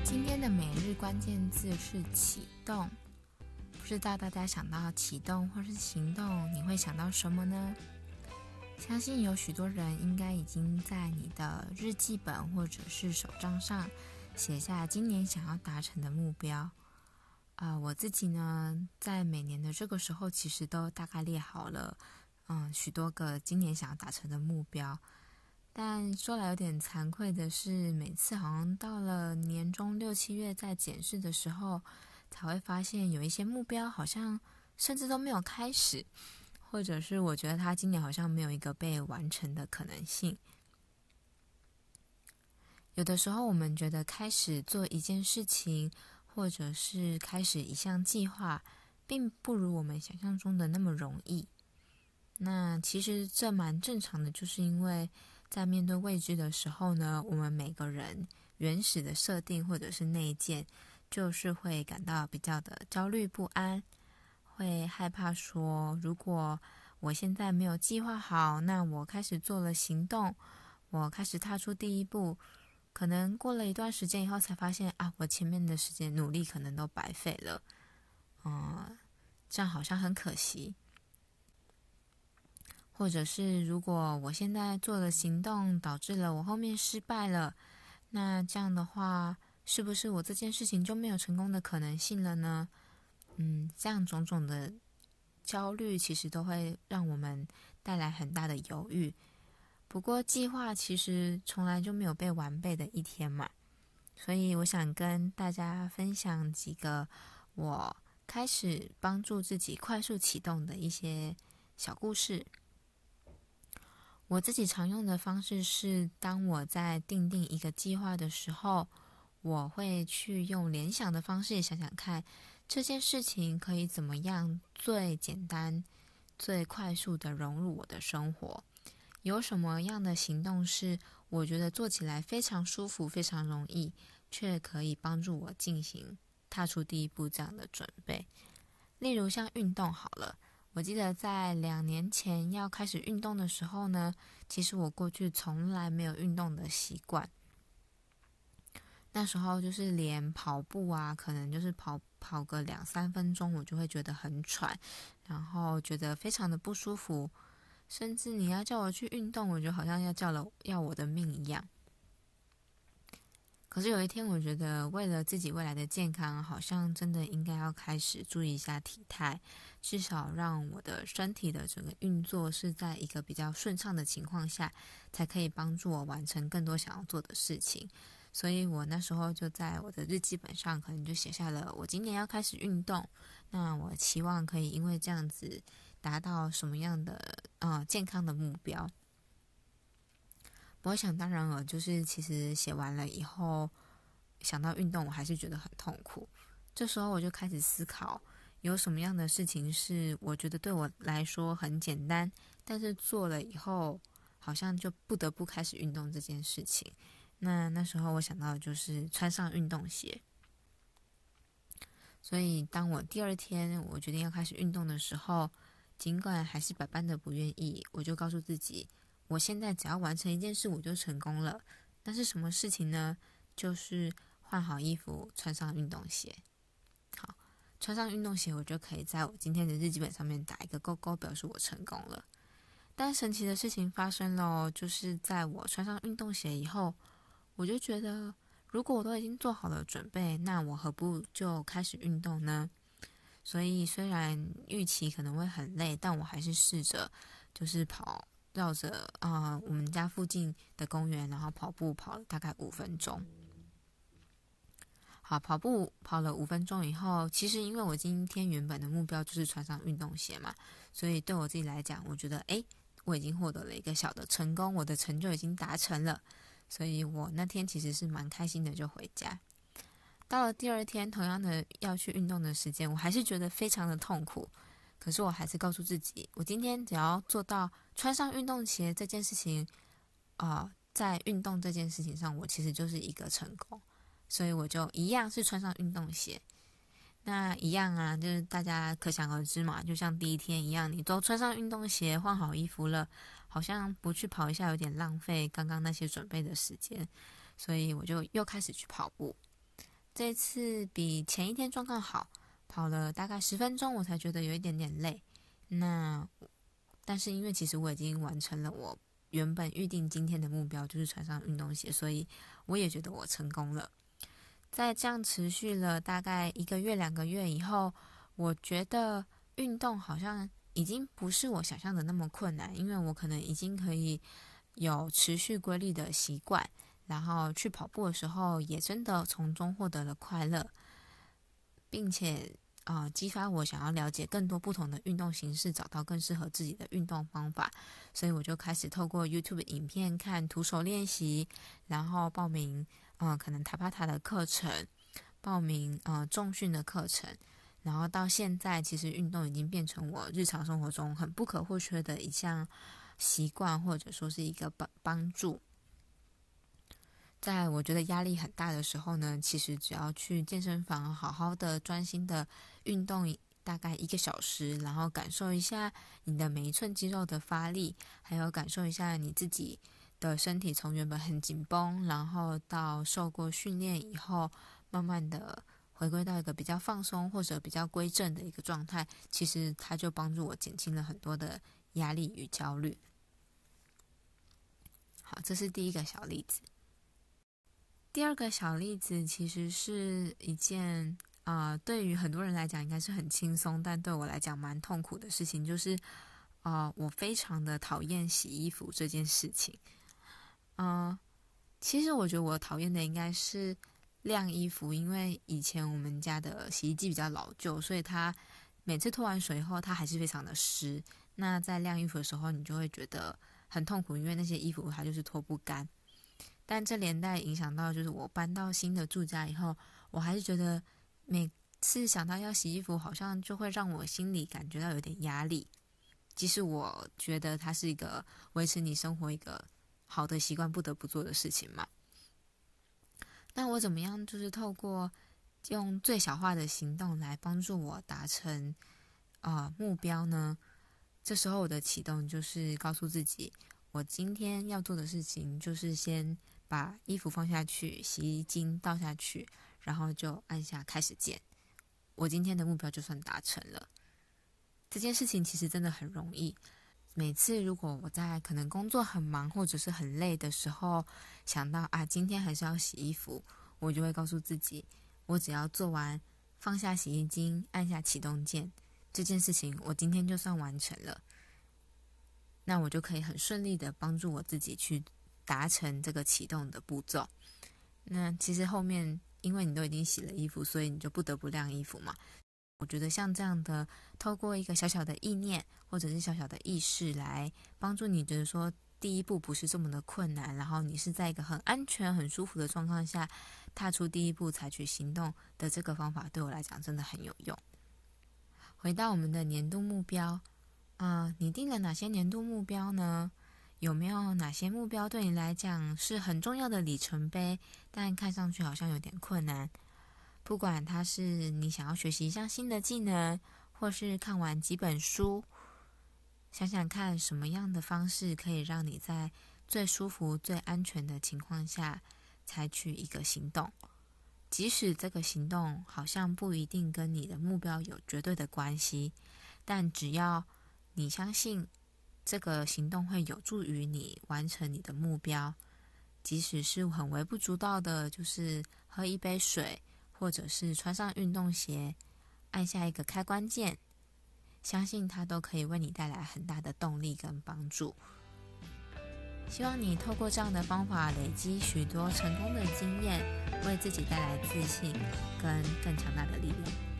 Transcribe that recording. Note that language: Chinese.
今天的每日关键字是启动，不知道大家想到启动或是行动，你会想到什么呢？相信有许多人应该已经在你的日记本或者是手账上写下今年想要达成的目标。我自己呢，在每年的这个时候，其实都大概列好了，许多个今年想要达成的目标。但说来有点惭愧的是，每次好像到了年中6、7月在检视的时候，才会发现有一些目标好像甚至都没有开始，或者是我觉得他今年好像没有一个被完成的可能性。有的时候我们觉得开始做一件事情，或者是开始一项计划，并不如我们想象中的那么容易。那其实这蛮正常的，就是因为在面对未知的时候呢，我们每个人原始的设定或者是内建，就是会感到比较的焦虑不安，会害怕说，如果我现在没有计划好，那我开始做了行动，我开始踏出第一步，可能过了一段时间以后才发现我前面的时间努力可能都白费了，这样好像很可惜。或者是如果我现在做了行动，导致了我后面失败了，那这样的话，是不是我这件事情就没有成功的可能性了呢？这样种种的焦虑，其实都会让我们带来很大的犹豫。不过计划其实从来就没有被完备的一天嘛，所以我想跟大家分享几个我开始帮助自己快速启动的一些小故事。我自己常用的方式是，当我在定一个计划的时候，我会去用联想的方式想想看，这件事情可以怎么样最简单、最快速的融入我的生活。有什么样的行动是我觉得做起来非常舒服、非常容易，却可以帮助我进行踏出第一步这样的准备。例如像运动好了，我记得在2年前要开始运动的时候呢，其实我过去从来没有运动的习惯。那时候就是连跑步可能就是跑个2、3分钟，我就会觉得很喘，然后觉得非常的不舒服，甚至你要叫我去运动，我觉得好像要我的命一样。可是有一天，我觉得为了自己未来的健康，好像真的应该要开始注意一下体态，至少让我的身体的整个运作是在一个比较顺畅的情况下，才可以帮助我完成更多想要做的事情。所以我那时候就在我的日记本上，可能就写下了我今年要开始运动，那我期望可以因为这样子达到什么样的健康的目标。我想当然了，就是其实写完了以后，想到运动，我还是觉得很痛苦。这时候我就开始思考，有什么样的事情是我觉得对我来说很简单，但是做了以后，好像就不得不开始运动这件事情。那时候我想到的就是穿上运动鞋。所以当我第2天我决定要开始运动的时候，尽管还是百般的不愿意，我就告诉自己，我现在只要完成一件事我就成功了。那是什么事情呢？就是换好衣服，穿上运动鞋。好，穿上运动鞋，我就可以在我今天的日记本上面打一个勾勾，表示我成功了。但神奇的事情发生了，就是在我穿上运动鞋以后，我就觉得，如果我都已经做好了准备，那我何不就开始运动呢？所以虽然预期可能会很累，但我还是试着就是绕着我们家附近的公园，然后跑步跑了大概5分钟。好，跑步跑了5分钟以后，其实因为我今天原本的目标就是穿上运动鞋嘛，所以对我自己来讲，我觉得我已经获得了一个小的成功，我的成就已经达成了，所以我那天其实是蛮开心的就回家。到了第2天，同样的要去运动的时间，我还是觉得非常的痛苦。可是我还是告诉自己，我今天只要做到穿上运动鞋这件事情，在运动这件事情上，我其实就是一个成功。所以我就一样是穿上运动鞋。那一样就是大家可想而知嘛，就像第1天一样，你都穿上运动鞋，换好衣服了，好像不去跑一下有点浪费刚刚那些准备的时间，所以我就又开始去跑步。 这次比前一天状况好，跑了大概10分钟，我才觉得有一点点累。但是因为其实我已经完成了我原本预定今天的目标，就是穿上运动鞋，所以我也觉得我成功了。在这样持续了大概1个月、2个月以后，我觉得运动好像已经不是我想象的那么困难，因为我可能已经可以有持续规律的习惯，然后去跑步的时候也真的从中获得了快乐，并且激发我想要了解更多不同的运动形式，找到更适合自己的运动方法。所以我就开始透过 YouTube 影片看徒手练习，然后报名可能塔巴塔的课程，报名重训的课程，然后到现在其实运动已经变成我日常生活中很不可或缺的一项习惯，或者说是一个帮助。在我觉得压力很大的时候呢，其实只要去健身房好好的专心的运动大概1个小时，然后感受一下你的每一寸肌肉的发力，还有感受一下你自己的身体从原本很紧绷，然后到受过训练以后，慢慢的回归到一个比较放松或者比较归正的一个状态，其实它就帮助我减轻了很多的压力与焦虑。好，这是第一个小例子。第二个小例子其实是一件对于很多人来讲应该是很轻松，但对我来讲蛮痛苦的事情，就是我非常的讨厌洗衣服这件事情。其实我觉得我讨厌的应该是晾衣服，因为以前我们家的洗衣机比较老旧，所以它每次脱完水后它还是非常的湿。那在晾衣服的时候你就会觉得很痛苦，因为那些衣服它就是脱不干。但这连带影响到就是我搬到新的住家以后，我还是觉得每次想到要洗衣服，好像就会让我心里感觉到有点压力。即使我觉得它是一个维持你生活一个好的习惯不得不做的事情嘛。那我怎么样就是透过用最小化的行动来帮助我达成目标呢？这时候我的启动就是告诉自己，我今天要做的事情就是先把衣服放下去，洗衣精倒下去，然后就按下开始键。我今天的目标就算达成了。这件事情其实真的很容易。每次如果我在可能工作很忙或者是很累的时候，想到今天还是要洗衣服，我就会告诉自己，我只要做完放下洗衣精，按下启动键，这件事情我今天就算完成了。那我就可以很顺利的帮助我自己去达成这个启动的步骤。那其实后面因为你都已经洗了衣服，所以你就不得不晾衣服嘛。我觉得像这样的透过一个小小的意念或者是小小的意识来帮助你，觉得说第一步不是这么的困难，然后你是在一个很安全很舒服的状况下踏出第一步采取行动的这个方法，对我来讲真的很有用。回到我们的年度目标，你定了哪些年度目标呢？有没有哪些目标对你来讲是很重要的里程碑，但看上去好像有点困难？不管它是你想要学习一项新的技能，或是看完几本书，想想看什么样的方式可以让你在最舒服、最安全的情况下采取一个行动。即使这个行动好像不一定跟你的目标有绝对的关系，但只要你相信这个行动会有助于你完成你的目标，即使是很微不足道的，就是喝一杯水，或者是穿上运动鞋，按下一个开关键，相信它都可以为你带来很大的动力跟帮助。希望你透过这样的方法累积许多成功的经验，为自己带来自信跟更强大的力量。